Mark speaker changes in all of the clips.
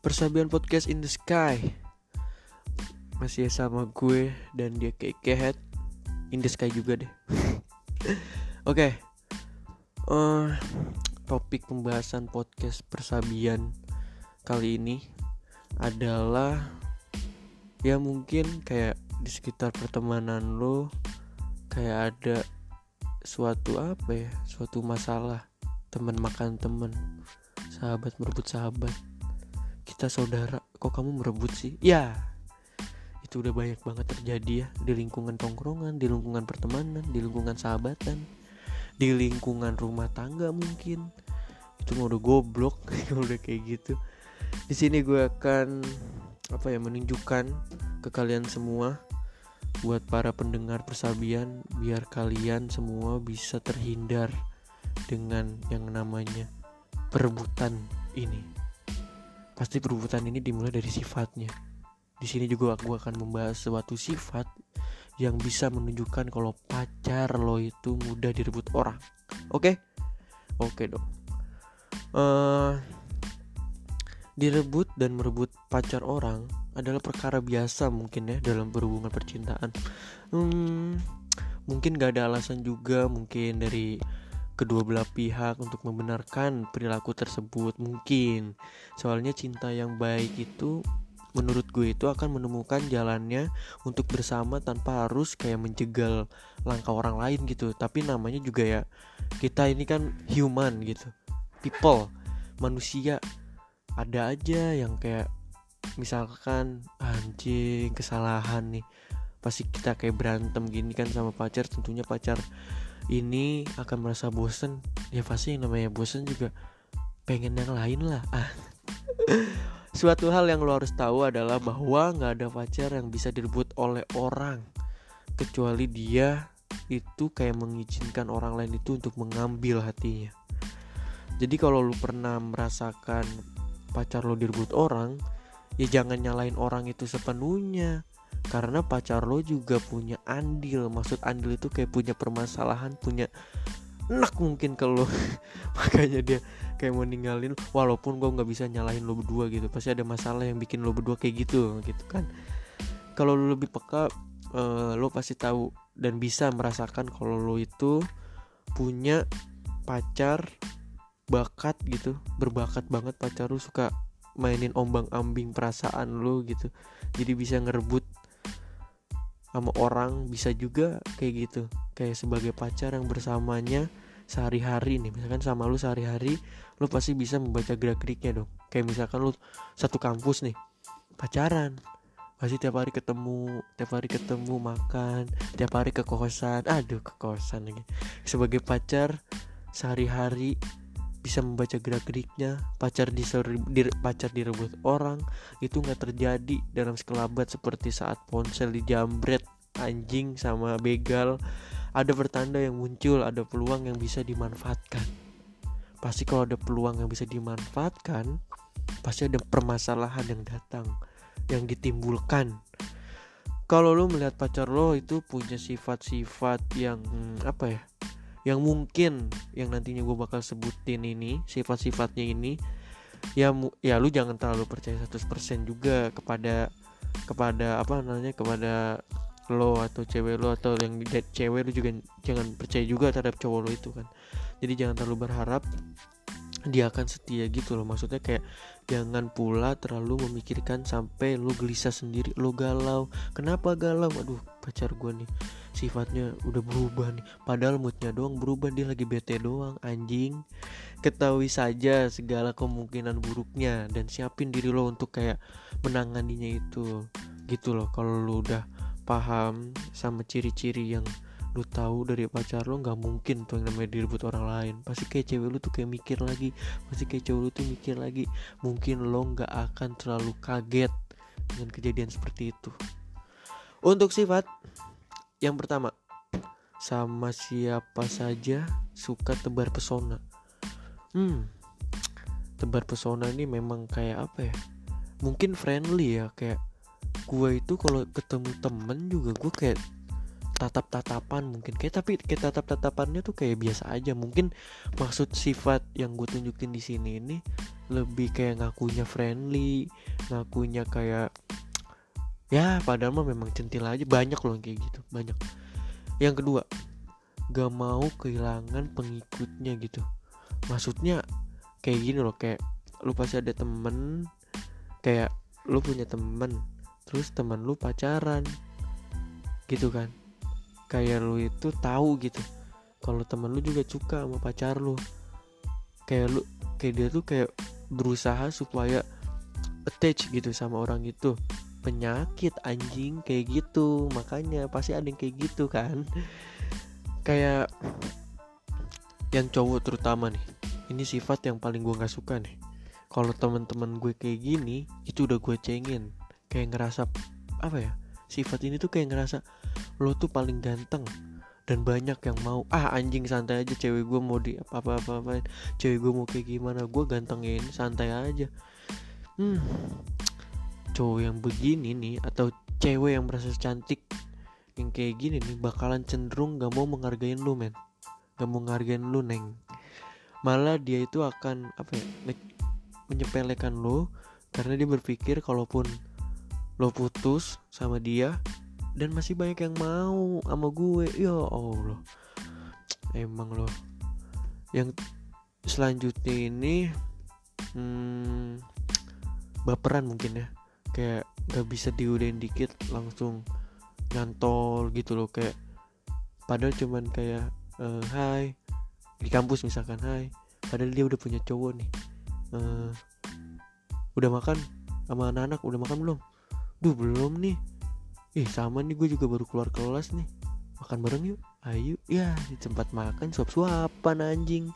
Speaker 1: Persabian Podcast in the Sky. Masih sama gue dan dia Kehead in the sky juga deh. Oke. Topik pembahasan podcast Persabian kali ini adalah ya mungkin kayak di sekitar pertemanan lo kayak ada suatu masalah, teman makan teman, sahabat merebut sahabat, kita saudara, kok kamu merebut sih? Ya, itu udah banyak banget terjadi ya di lingkungan tongkrongan, di lingkungan pertemanan, di lingkungan sahabatan, di lingkungan rumah tangga mungkin. Itu mah udah goblok kalau udah kayak gitu. Di sini gue akan menunjukkan ke kalian semua, buat para pendengar Persabian, biar kalian semua bisa terhindar dengan yang namanya perebutan ini. Pasti perebutan ini dimulai dari sifatnya. Di sini juga gue akan membahas suatu sifat yang bisa menunjukkan kalau pacar lo itu mudah direbut orang. Oke dong. Direbut dan merebut pacar orang adalah perkara biasa mungkin ya dalam berhubungan percintaan. Mungkin gak ada alasan juga mungkin dari kedua belah pihak untuk membenarkan perilaku tersebut, mungkin. Soalnya cinta yang baik itu menurut gue itu akan menemukan jalannya untuk bersama tanpa harus kayak menjegal langkah orang lain gitu. Tapi namanya juga ya, kita ini kan human gitu, people, manusia. Ada aja yang kayak misalkan anjing kesalahan nih, pasti kita kayak berantem gini kan sama pacar. Tentunya pacar ini akan merasa bosen. Ya pasti yang namanya bosen juga pengen yang lain lah. Suatu hal yang lo harus tahu adalah bahwa gak ada pacar yang bisa direbut oleh orang, kecuali dia itu kayak mengizinkan orang lain itu untuk mengambil hatinya. Jadi kalau lo pernah merasakan pacar lo direbut orang, ya jangan nyalain orang itu sepenuhnya, karena pacar lo juga punya andil. Maksud andil itu kayak punya permasalahan, punya enak mungkin ke lo. Makanya dia kayak mau ninggalin, walaupun gue gak bisa nyalahin lo berdua gitu. Pasti ada masalah yang bikin lo berdua kayak gitu kan. Kalau lo lebih peka, lo pasti tahu dan bisa merasakan kalau lo itu punya pacar bakat gitu, berbakat banget. Pacar lo suka mainin ombang-ambing perasaan lo gitu, jadi bisa ngerebut sama orang. Bisa juga kayak gitu, kayak sebagai pacar yang bersamanya sehari-hari nih, misalkan sama lu sehari-hari, lu pasti bisa membaca gerak-geriknya dong. Kayak misalkan lu satu kampus nih, pacaran, pasti tiap hari ketemu makan, tiap hari ke kosan lagi. Sebagai pacar sehari-hari bisa membaca gerak-geriknya. Pacar direbut orang itu gak terjadi dalam sekelabat seperti saat ponsel dijambret anjing sama begal. Ada pertanda yang muncul, ada peluang yang bisa dimanfaatkan. Pasti kalau ada peluang yang bisa dimanfaatkan, pasti ada permasalahan yang datang, yang ditimbulkan. Kalau lo melihat pacar lo itu punya sifat-sifat yang yang mungkin yang nantinya gue bakal sebutin ini, sifat-sifatnya ini, ya lu jangan terlalu percaya 100% juga kepada lo atau cewek lo, atau yang cewek lo juga jangan percaya juga terhadap cowok lo itu kan. Jadi jangan terlalu berharap dia akan setia gitu loh. Maksudnya kayak jangan pula terlalu memikirkan sampai lo gelisah sendiri, lo galau. Kenapa galau? Aduh, pacar gue nih sifatnya udah berubah nih, padahal moodnya doang berubah, dia lagi bete doang. Anjing, ketahui saja segala kemungkinan buruknya dan siapin diri lo untuk kayak menanganinya itu gitu loh. Kalau lo udah paham sama ciri-ciri yang lu tahu dari pacar lo, nggak mungkin tuh yang namanya direbut orang lain. Pasti kayak cewek lu tuh kayak mikir lagi, pasti kayak cowok lu tuh mikir lagi. Mungkin lo nggak akan terlalu kaget dengan kejadian seperti itu. Untuk sifat yang pertama, sama siapa saja suka tebar pesona. Tebar pesona ini memang kayak mungkin friendly ya. Kayak gue itu kalau ketemu temen juga gue kayak tatap-tatapan mungkin tapi kayak tatap-tatapannya tuh kayak biasa aja. Mungkin maksud sifat yang gue tunjukin di sini ini lebih kayak ngakunya friendly, ngakunya kayak ya padahal mah memang centil aja. Banyak loh yang kayak gitu, banyak. Yang kedua, gak mau kehilangan pengikutnya gitu. Maksudnya kayak gini loh, kayak lu pasti ada temen, kayak lu punya temen, terus temen lu pacaran gitu kan. Kayak lu itu tahu gitu kalau temen lu juga suka sama pacar lu. Kayak dia tuh kayak berusaha supaya attach gitu sama orang itu. Penyakit anjing kayak gitu. Makanya pasti ada yang kayak gitu kan. Kayak yang cowok terutama nih, ini sifat yang paling gue gak suka nih. Kalau teman-teman gue kayak gini, itu udah gue cengin. Kayak ngerasa apa ya, sifat ini tuh kayak ngerasa lo tuh paling ganteng dan banyak yang mau. Anjing, santai aja, cewek gue mau di apa-apain, cewek gue mau kayak gimana, gue gantengin, santai aja. Cowok yang begini nih, atau cewek yang merasa cantik yang kayak gini nih, bakalan cenderung gak mau menghargain lu men, gak mau menghargain lu neng. Malah dia itu akan menyepelekan lo, karena dia berpikir kalaupun lo putus sama dia dan masih banyak yang mau sama gue. Ya Allah, emang lo. Yang selanjutnya ini baperan mungkin ya, kayak gak bisa diudahin dikit langsung nyantol gitu loh. Kayak padahal cuman kayak hai di kampus misalkan, hai, padahal dia udah punya cowok nih. Udah makan sama anak-anak, udah makan belum? Duh belum nih. Sama nih, gue juga baru keluar kelas nih, makan bareng yuk, ayo. Ya di tempat makan suap-suapan anjing.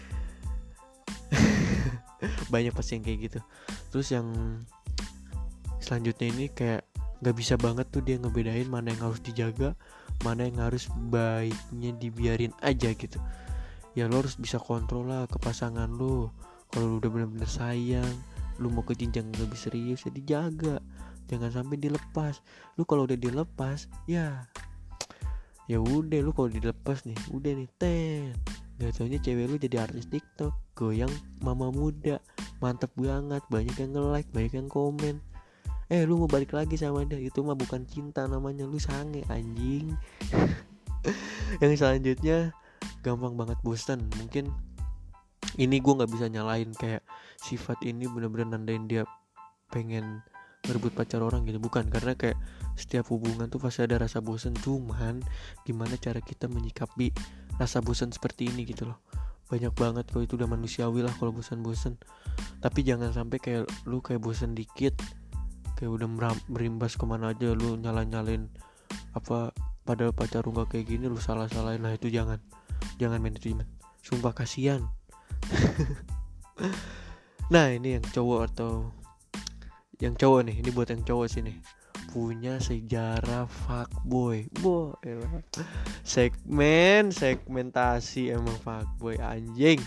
Speaker 1: Banyak pasti yang kayak gitu. Terus yang selanjutnya ini kayak gak bisa banget tuh dia ngebedain mana yang harus dijaga, mana yang harus baiknya dibiarin aja gitu. Ya lo harus bisa kontrol lah ke pasangan lo. Kalau lo udah benar-benar sayang, lo mau ke jenjang lebih serius, ya dijaga, jangan sampai dilepas. Lu kalau udah dilepas, ya udah, lu kalau dilepas nih, udah nih gak taunya cewek lu jadi artis TikTok, goyang mama muda, mantep banget, banyak yang nge-like, banyak yang komen. Lu mau balik lagi sama dia, itu mah bukan cinta namanya, lu sange anjing. Yang selanjutnya gampang banget bosan. Mungkin ini gue gak bisa nyalain kayak sifat ini bener-bener nandain dia pengen merebut pacar orang gitu, bukan. Karena kayak setiap hubungan tuh pasti ada rasa bosan, cuman gimana cara kita menyikapi rasa bosan seperti ini gitu loh. Banyak banget kok, itu udah manusiawi lah kalau bosan-bosan. Tapi jangan sampai kayak lu kayak bosan dikit, kayak udah merimbas kemana aja, lu nyalain apa padahal pacar lu gak kayak gini, lu salah-salahin. Nah itu jangan main itu, man. Sumpah kasihan. Nah ini yang cowok atau yang cowok nih, ini buat yang cowok sih nih, punya sejarah fuckboy. Segmentasi emang fuckboy anjing.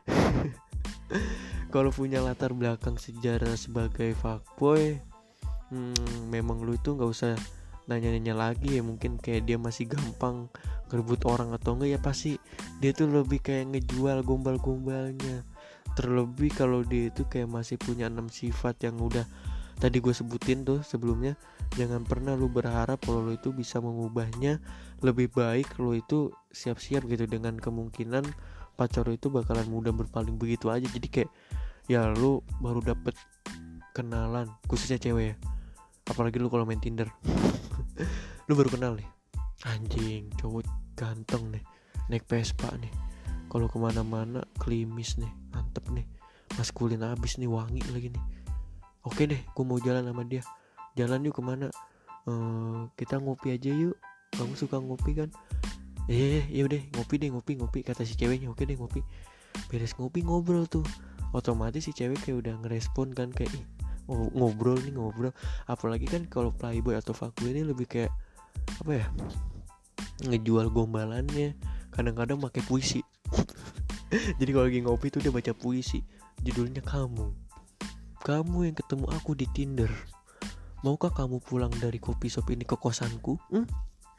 Speaker 1: Kalau punya latar belakang sejarah sebagai fuckboy, memang lu itu gak usah nanya-nanya lagi ya. Mungkin kayak dia masih gampang ngerebut orang atau enggak, ya pasti dia tuh lebih kayak ngejual gombal-gombalnya. Terlebih kalau dia itu kayak masih punya 6 sifat yang udah tadi gue sebutin tuh sebelumnya. Jangan pernah lu berharap kalau lu itu bisa mengubahnya. Lebih baik lu itu siap-siap gitu dengan kemungkinan pacar lu itu bakalan mudah berpaling begitu aja. Jadi kayak ya lu baru dapet kenalan, khususnya cewek ya, apalagi lu kalau main Tinder. Lu baru kenal nih, anjing cowok ganteng nih, naik Vespa nih, kalau kemana-mana klimis nih, mantep nih, maskulin abis nih, wangi lagi nih. Oke deh, gue mau jalan sama dia. Jalan yuk kemana? Kita ngopi aja yuk. Kamu suka ngopi kan? Iya udah, ngopi kata si ceweknya. Oke deh ngopi. Beres ngopi ngobrol tuh, otomatis si cewek kayak udah ngerespon kan, kayak ngobrol. Apalagi kan kalau playboy atau fuckboy ini lebih kayak apa ya, ngejual gombalannya. Kadang-kadang pakai puisi. Jadi kalau lagi ngopi tuh dia baca puisi, judulnya kamu yang ketemu aku di Tinder, maukah kamu pulang dari kopi shop ini ke kosanku?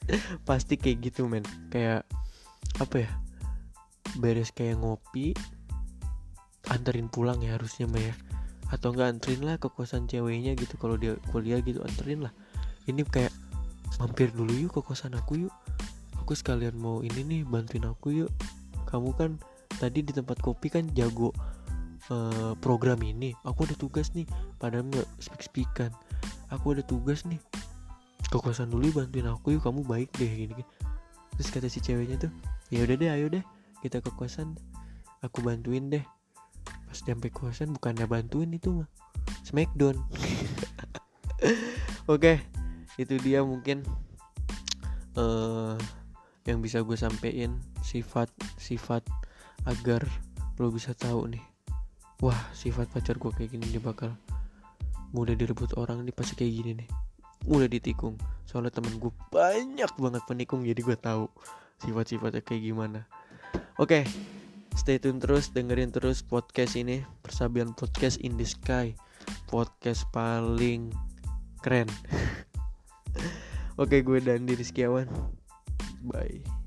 Speaker 1: Pasti kayak gitu men. Kayak apa ya, beres kayak ngopi, anterin pulang ya harusnya mah ya, atau enggak anterin lah ke kosan ceweknya gitu. Kalau dia kuliah gitu anterin lah. Ini kayak mampir dulu yuk ke kosan aku yuk, aku sekalian mau ini nih, bantuin aku yuk. Kamu kan tadi di tempat kopi kan jago program ini, aku ada tugas nih. Padahal nggak speak-speakan, aku ada tugas nih, ke kosan dulu bantuin aku yuk, kamu baik deh gini. Terus kata si ceweknya tuh, ya udah deh, ayo deh kita ke kosan, aku bantuin deh. Pas sampai kosan bukannya bantuin, itu mah smackdown. Oke, itu dia mungkin yang bisa gue sampein, sifat agar lo bisa tahu nih, wah sifat pacar gue kayak gini, dia bakal mudah direbut orang nih, pasti kayak gini nih, mudah ditikung. Soalnya temen gue banyak banget penikung, jadi gue tahu sifat-sifatnya kayak gimana. Oke, stay tune terus, dengerin terus podcast ini, Persabian Podcast in the Sky, podcast paling keren. Oke, gue Dandi Rizkiawan, bye.